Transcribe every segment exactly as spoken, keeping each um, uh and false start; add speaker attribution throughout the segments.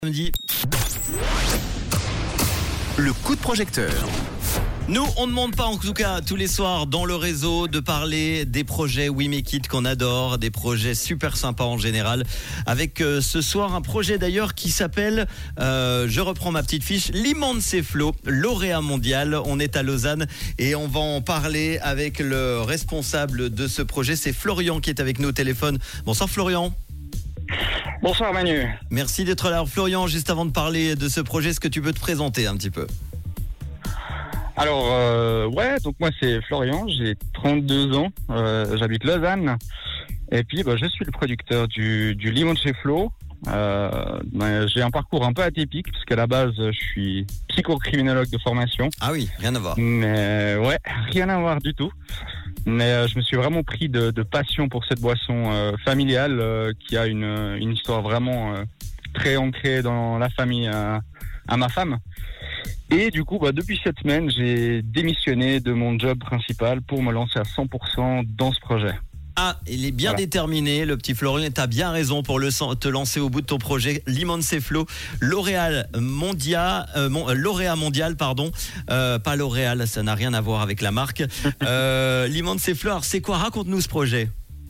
Speaker 1: Samedi. Le coup de projecteur. Nous, on ne demande pas en tout cas tous les soirs dans le réseau de parler des projets We Make It qu'on adore, des projets super sympas en général. Avec euh, ce soir un projet d'ailleurs qui s'appelle, euh, je reprends ma petite fiche, l'Immense Flow, lauréat mondial. On est à Lausanne et on va en parler avec le responsable de ce projet. C'est Florian qui est avec nous au téléphone. Bonsoir Florian.
Speaker 2: Bonsoir Manu.
Speaker 1: Merci d'être là. Alors, Florian, juste avant de parler de ce projet, est-ce que tu peux te présenter un petit peu ?
Speaker 2: Alors, euh, ouais, donc moi c'est Florian, j'ai trente-deux ans, euh, j'habite Lausanne. Et puis, bah, je suis le producteur du, du L'Immense Flow. Euh, bah, j'ai un parcours un peu atypique, parce qu'à la base, je suis psychocriminologue de formation.
Speaker 1: Ah oui, rien à voir.
Speaker 2: Mais ouais, rien à voir du tout. Mais euh, je me suis vraiment pris de, de passion pour cette boisson euh, familiale euh, qui a une, une histoire vraiment euh, très ancrée dans la famille euh, à ma femme. Et du coup, bah, depuis cette semaine, j'ai démissionné de mon job principal pour me lancer à cent pour cent dans ce projet.
Speaker 1: Ah, il est bien voilà. déterminé, le petit Florian, et tu as bien raison pour le, te lancer au bout de ton projet, l'Immense Flow, lauréat mondial, euh, mon, euh, lauréat mondial, pardon, euh, pas L'Oréal, ça n'a rien à voir avec la marque. Euh, L'Immense Flow, alors c'est quoi ? Raconte-nous ce projet.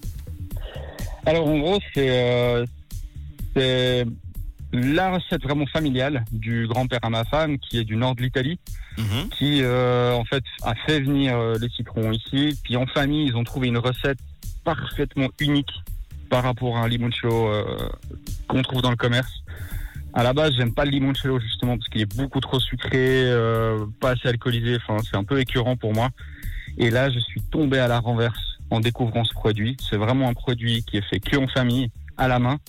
Speaker 2: Alors en gros, c'est, euh, c'est la recette vraiment familiale du grand-père à ma femme, qui est du nord de l'Italie, mmh. qui euh, en fait a fait venir euh, les citrons ici, puis en famille, ils ont trouvé une recette parfaitement unique par rapport à un limoncello euh, qu'on trouve dans le commerce. À la base, j'aime pas le limoncello justement parce qu'il est beaucoup trop sucré, euh, pas assez alcoolisé, enfin c'est un peu écœurant pour moi. Et là, je suis tombé à la renverse en découvrant ce produit. C'est vraiment un produit qui est fait que en famille, à la main.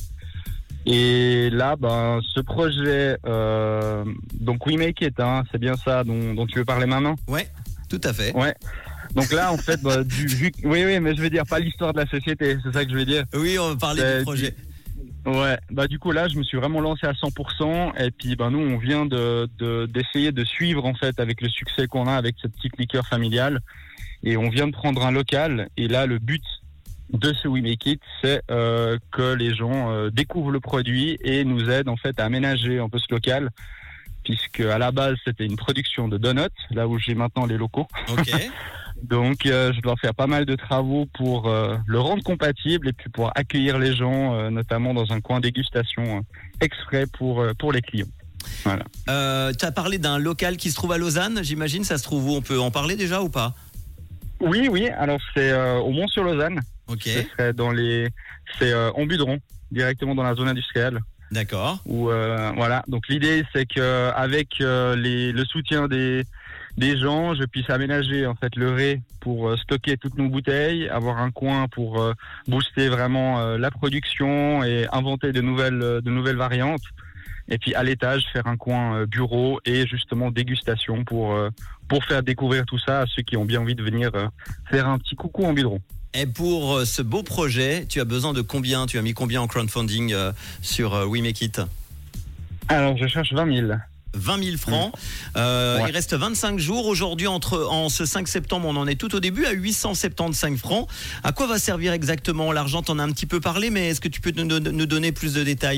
Speaker 2: Et là, ben, ce projet, euh, donc We Make It, hein, c'est bien ça dont, dont tu veux parler maintenant ?
Speaker 1: Ouais, tout à fait.
Speaker 2: Ouais. Donc là, en fait, bah, du, vu, oui, oui, mais je veux dire pas l'histoire de la société, c'est ça que je veux dire.
Speaker 1: Oui, on va parler c'est, du projet.
Speaker 2: Du, ouais, bah du coup là, je me suis vraiment lancé à cent pour cent, et puis bah nous, on vient de, de d'essayer de suivre en fait avec le succès qu'on a avec cette petite liqueur familiale, et on vient de prendre un local, et là, le but de ce We Make It, c'est euh, que les gens euh, découvrent le produit et nous aident en fait à aménager un peu ce local. Puisque à la base c'était une production de donuts, là où j'ai maintenant les locaux.
Speaker 1: Ok.
Speaker 2: Donc euh, je dois faire pas mal de travaux pour euh, le rendre compatible et puis pour accueillir les gens, euh, notamment dans un coin dégustation euh, exprès pour euh, pour les clients. Voilà.
Speaker 1: Euh, tu as parlé d'un local qui se trouve à Lausanne, j'imagine. Ça se trouve où ? On peut en parler déjà ou pas ?
Speaker 2: Oui, oui. Alors c'est euh, au Mont-sur-Lausanne.
Speaker 1: Ok.
Speaker 2: Ce serait dans les, c'est euh, en Budron, directement dans la zone industrielle.
Speaker 1: D'accord.
Speaker 2: Où, euh, voilà. Donc l'idée c'est que avec euh, les, le soutien des des gens, je puisse aménager en fait le ré pour euh, stocker toutes nos bouteilles, avoir un coin pour euh, booster vraiment euh, la production et inventer de nouvelles de nouvelles variantes. Et puis à l'étage faire un coin euh, bureau et justement dégustation pour euh, pour faire découvrir tout ça à ceux qui ont bien envie de venir euh, faire un petit coucou en Budron.
Speaker 1: Et pour ce beau projet, tu as besoin de combien ? Tu as mis combien en crowdfunding euh, sur euh, We Make It ?
Speaker 2: Alors, je cherche vingt mille.
Speaker 1: vingt mille francs. Mmh. Euh, ouais. Il reste vingt-cinq jours. Aujourd'hui, entre, en ce cinq septembre, on en est tout au début à huit cent soixante-quinze francs. À quoi va servir exactement l'argent ? T'en as un petit peu parlé, mais est-ce que tu peux nous, nous donner plus de détails ?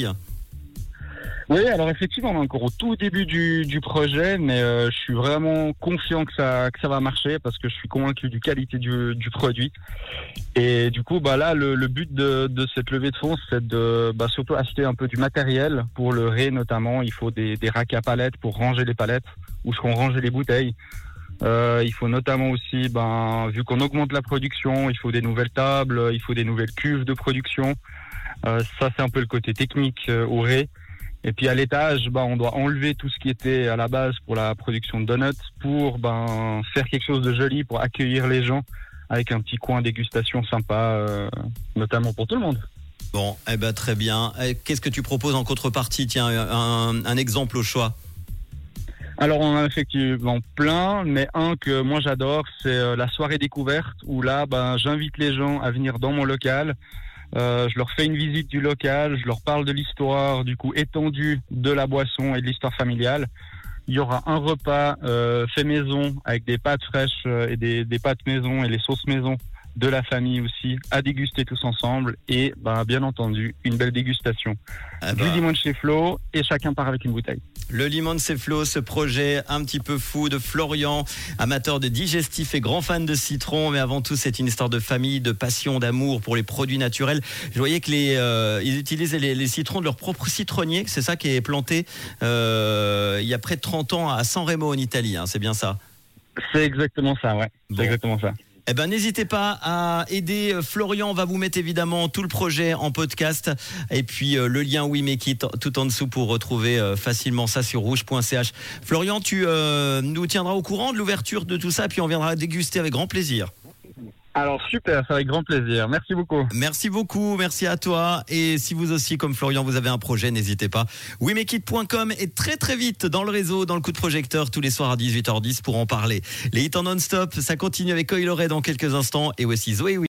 Speaker 2: Oui, alors effectivement, on est encore au tout début du, du projet, mais euh, je suis vraiment confiant que ça, que ça va marcher parce que je suis convaincu du qualité du, du produit. Et du coup, bah là, le, le but de, de cette levée de fonds, c'est de bah, surtout acheter un peu du matériel pour le ré notamment. Il faut des, des racks à palettes pour ranger les palettes où seront rangées les bouteilles. Euh, il faut notamment aussi, ben, vu qu'on augmente la production, il faut des nouvelles tables, il faut des nouvelles cuves de production. Euh, ça, c'est un peu le côté technique euh, au ré. Et puis à l'étage, bah, on doit enlever tout ce qui était à la base pour la production de donuts pour ben, faire quelque chose de joli pour accueillir les gens avec un petit coin dégustation sympa, euh, notamment pour tout le monde.
Speaker 1: Bon, eh ben très bien. Qu'est-ce que tu proposes en contrepartie ? Tiens, un, un exemple au choix.
Speaker 2: Alors on a effectivement plein, mais un que moi j'adore, c'est la soirée découverte où là, ben, j'invite les gens à venir dans mon local. Euh, je leur fais une visite du local, je leur parle de l'histoire du coup étendue de la boisson et de l'histoire familiale. Il y aura un repas euh, fait maison avec des pâtes fraîches et des, des pâtes maison et les sauces maison de la famille aussi, à déguster tous ensemble et bah, bien entendu une belle dégustation.
Speaker 1: Ah
Speaker 2: Du
Speaker 1: bah.
Speaker 2: limon de chez Flo et chacun part avec une bouteille.
Speaker 1: Le limon de C'est Flo, ce projet un petit peu fou de Florian, amateur de digestif et grand fan de citron, mais avant tout c'est une histoire de famille, de passion, d'amour pour les produits naturels. Je voyais que les, euh, ils utilisent les, les citrons de leur propre citronnier, c'est ça qui est planté euh, il y a près de trente ans à San Remo en Italie, hein, c'est bien ça?
Speaker 2: C'est exactement ça, ouais.
Speaker 1: Bon.
Speaker 2: C'est exactement ça.
Speaker 1: Eh ben, n'hésitez pas à aider Florian. On va vous mettre évidemment tout le projet en podcast et puis euh, le lien We Make It tout en dessous pour retrouver euh, facilement ça sur rouge point c h. Florian, tu euh, nous tiendras au courant de l'ouverture de tout ça, puis on viendra déguster avec grand plaisir.
Speaker 2: Alors super, c'est avec grand plaisir. Merci beaucoup.
Speaker 1: Merci beaucoup, merci à toi. Et si vous aussi, comme Florian, vous avez un projet, n'hésitez pas. we make it point com est très très vite dans le réseau, dans le coup de projecteur, tous les soirs à dix-huit heures dix pour en parler. Les hits en non-stop, ça continue avec Coil Ray dans quelques instants. Et voici Zoé.